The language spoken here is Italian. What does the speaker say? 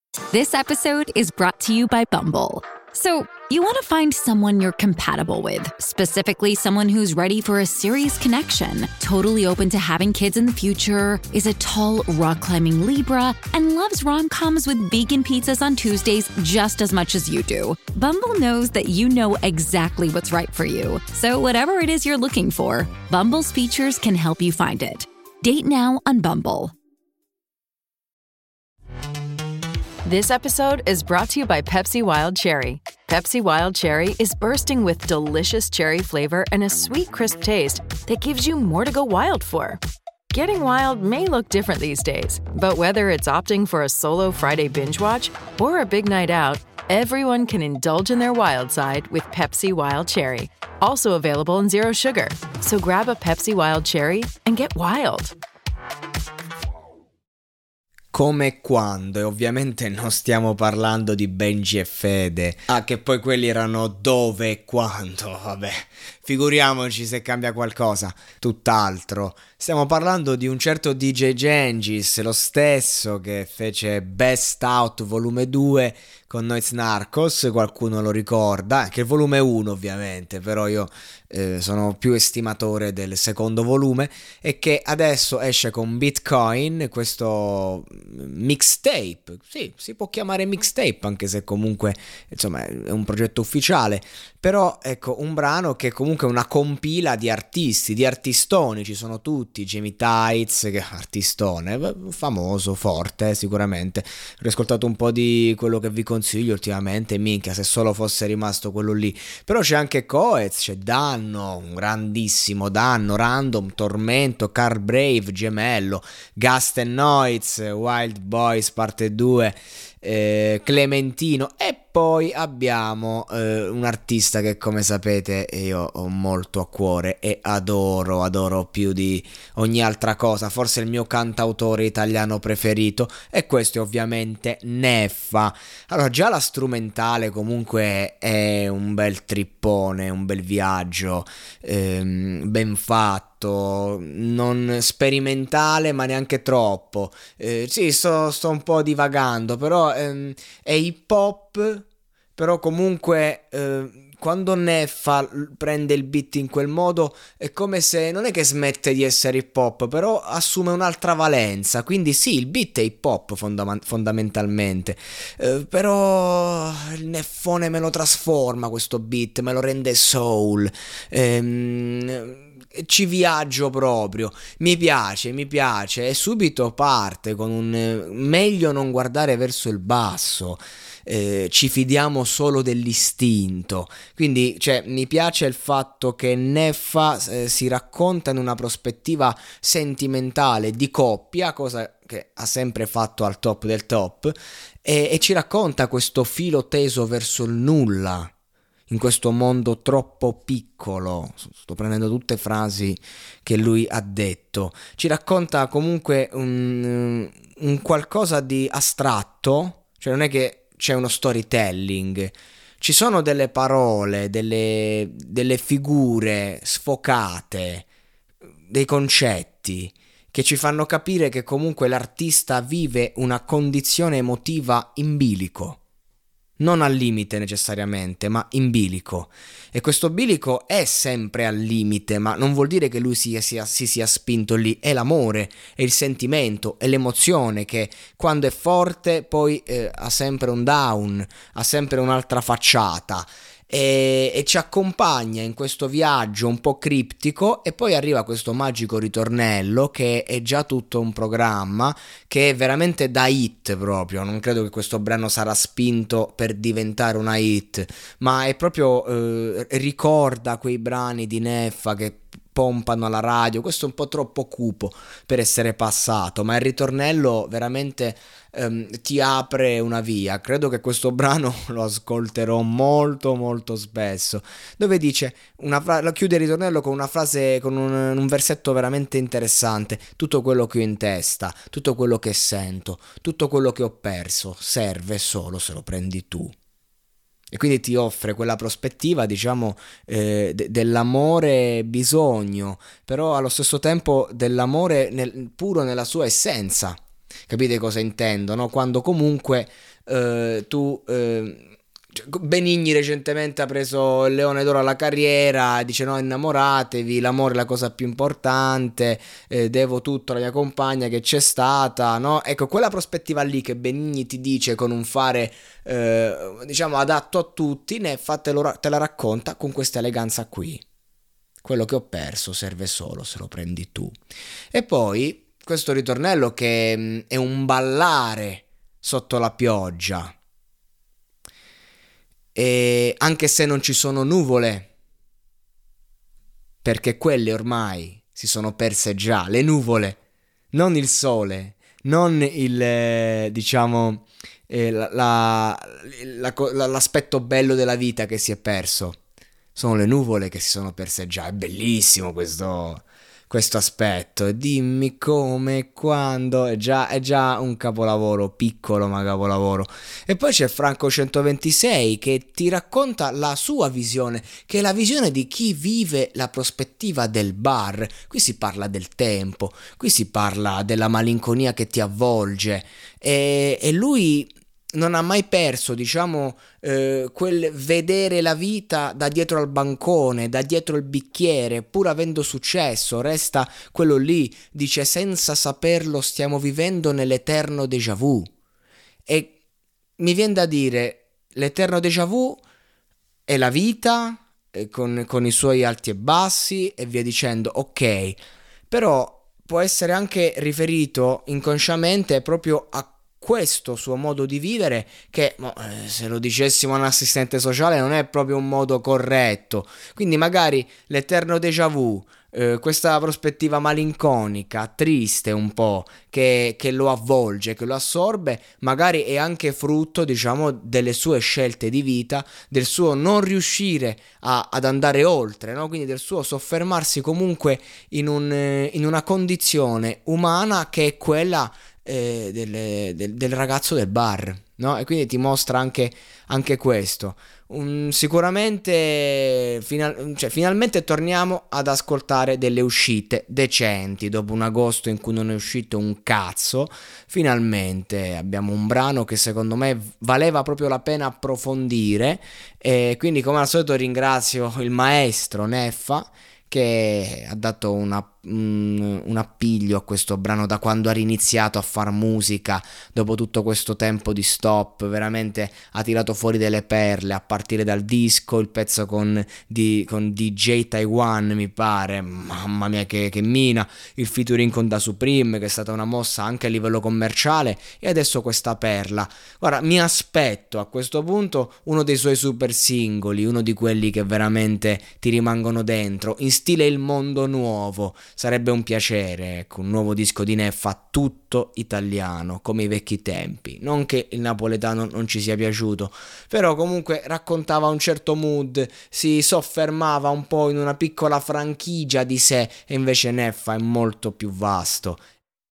This episode is brought to you by Bumble. So, you want to find someone you're compatible with, specifically someone who's ready for a serious connection, totally open to having kids in the future, is a tall, rock-climbing Libra, and loves rom-coms with vegan pizzas on Tuesdays just as much as you do. Bumble knows that you know exactly what's right for you. So whatever it is you're looking for, Bumble's features can help you find it. Date now on Bumble. This episode is brought to you by Pepsi Wild Cherry. Pepsi Wild Cherry is bursting with delicious cherry flavor and a sweet, crisp taste that gives you more to go wild for. Getting wild may look different these days, but whether it's opting for a solo Friday binge watch or a big night out, everyone can indulge in their wild side with Pepsi Wild Cherry. Also available in Zero Sugar. So grab a Pepsi Wild Cherry and get wild. Come e quando, e ovviamente non stiamo parlando di Benji e Fede. Ah, che poi quelli erano dove e quando, vabbè. Figuriamoci se cambia qualcosa. Tutt'altro. Stiamo parlando di un certo DJ Gengis, lo stesso che fece Best Out volume 2 con Noise Narcos, qualcuno lo ricorda, anche il volume 1 ovviamente, però io sono più estimatore del secondo volume, e che adesso esce con Bitcoin, questo mixtape, sì, si può chiamare mixtape anche se comunque insomma è un progetto ufficiale, però ecco, un brano che comunque è una compila di artisti, di artistoni, ci sono tutti, Jamie Tights, che artistone, famoso, forte sicuramente, ho riascoltato un po' di quello che vi consiglio ultimamente, minchia se solo fosse rimasto quello lì, però c'è anche Coez, c'è Danno, un grandissimo Danno, Random, Tormento, Car Brave, Gemello, Gust and Noiz, Wild Boys parte 2, Clementino, e poi abbiamo un artista che come sapete io ho molto a cuore e adoro più di ogni altra cosa, forse il mio cantautore italiano preferito, e questo è ovviamente Neffa. Allora, già la strumentale comunque è un bel trippone, un bel viaggio, ben fatto, non sperimentale ma neanche troppo, sì, sto un po' divagando, però è hip hop, però comunque quando Neffa prende il beat in quel modo è come se non è che smette di essere hip hop, però assume un'altra valenza, quindi sì, il beat è hip hop fondamentalmente, però il Neffone me lo trasforma questo beat, me lo rende soul, ci viaggio proprio, mi piace, e subito parte con un meglio non guardare verso il basso, ci fidiamo solo dell'istinto, quindi cioè mi piace il fatto che Neffa si racconta in una prospettiva sentimentale di coppia, cosa che ha sempre fatto al top del top, e ci racconta questo filo teso verso il nulla in questo mondo troppo piccolo. Sto prendendo tutte frasi che lui ha detto, ci racconta comunque un qualcosa di astratto, cioè non è che c'è uno storytelling, ci sono delle parole, delle figure sfocate, dei concetti che ci fanno capire che comunque l'artista vive una condizione emotiva in bilico, non al limite necessariamente, ma in bilico, e questo bilico è sempre al limite, ma non vuol dire che lui si sia spinto lì, è l'amore, è il sentimento, è l'emozione che quando è forte poi ha sempre un down, ha sempre un'altra facciata, e ci accompagna in questo viaggio un po' criptico, e poi arriva questo magico ritornello che è già tutto un programma, che è veramente da hit proprio. Non credo che questo brano sarà spinto per diventare una hit, ma è proprio ricorda quei brani di Neffa che pompano alla radio. Questo è un po' troppo cupo per essere passato, ma il ritornello veramente ti apre una via. Credo che questo brano lo ascolterò molto spesso, dove dice chiude il ritornello con una frase, con un versetto veramente interessante: tutto quello che ho in testa, tutto quello che sento, tutto quello che ho perso serve solo se lo prendi tu. E quindi ti offre quella prospettiva, diciamo, dell'amore bisogno, però allo stesso tempo dell'amore puro nella sua essenza. Capite cosa intendo, no? Quando comunque Benigni recentemente ha preso il Leone d'Oro alla carriera, dice no, innamoratevi, l'amore è la cosa più importante, devo tutto alla mia compagna che c'è stata, no? Ecco, quella prospettiva lì che Benigni ti dice con un fare diciamo adatto a tutti, Neffa te la racconta con questa eleganza qui. Quello che ho perso serve solo se lo prendi tu. E poi questo ritornello che è un ballare sotto la pioggia. E anche se non ci sono nuvole, perché quelle ormai si sono perse già, le nuvole, non il sole, non diciamo l'aspetto bello della vita che si è perso, sono le nuvole che si sono perse già. È bellissimo questo aspetto. E dimmi come e quando. È già un capolavoro, piccolo ma capolavoro. E poi c'è Franco 126 che ti racconta la sua visione, che è la visione di chi vive la prospettiva del bar. Qui si parla del tempo, qui si parla della malinconia che ti avvolge, e lui non ha mai perso, diciamo, quel vedere la vita da dietro al bancone, da dietro il bicchiere, pur avendo successo, resta quello lì, dice senza saperlo stiamo vivendo nell'eterno déjà vu. E mi viene da dire, l'eterno déjà vu è la vita, con i suoi alti e bassi e via dicendo, ok, però può essere anche riferito inconsciamente proprio a questo suo modo di vivere che se lo dicessimo a un assistente sociale non è proprio un modo corretto. Quindi magari l'eterno déjà vu, questa prospettiva malinconica, triste un po', che lo avvolge, che lo assorbe, magari è anche frutto, diciamo, delle sue scelte di vita, del suo non riuscire ad andare oltre, no? Quindi del suo soffermarsi comunque in una condizione umana che è quella del ragazzo del bar, no? E quindi ti mostra anche questo. Sicuramente finalmente torniamo ad ascoltare delle uscite decenti dopo un agosto in cui non è uscito un cazzo. Finalmente abbiamo un brano che secondo me valeva proprio la pena approfondire, e quindi come al solito ringrazio il maestro Neffa che ha dato un appiglio a questo brano da quando ha riniziato a far musica, dopo tutto questo tempo di stop. Veramente ha tirato fuori delle perle, a partire dal disco, il pezzo con DJ Taiwan, mi pare, mamma mia che mina, il featuring con Da Supreme, che è stata una mossa anche a livello commerciale, e adesso questa perla. Guarda, mi aspetto a questo punto uno dei suoi super singoli, uno di quelli che veramente ti rimangono dentro, in stile Il Mondo Nuovo. Sarebbe un piacere, ecco, un nuovo disco di Neffa tutto italiano, come i vecchi tempi. Non che il napoletano non ci sia piaciuto, però comunque raccontava un certo mood, si soffermava un po' in una piccola franchigia di sé, e invece Neffa è molto più vasto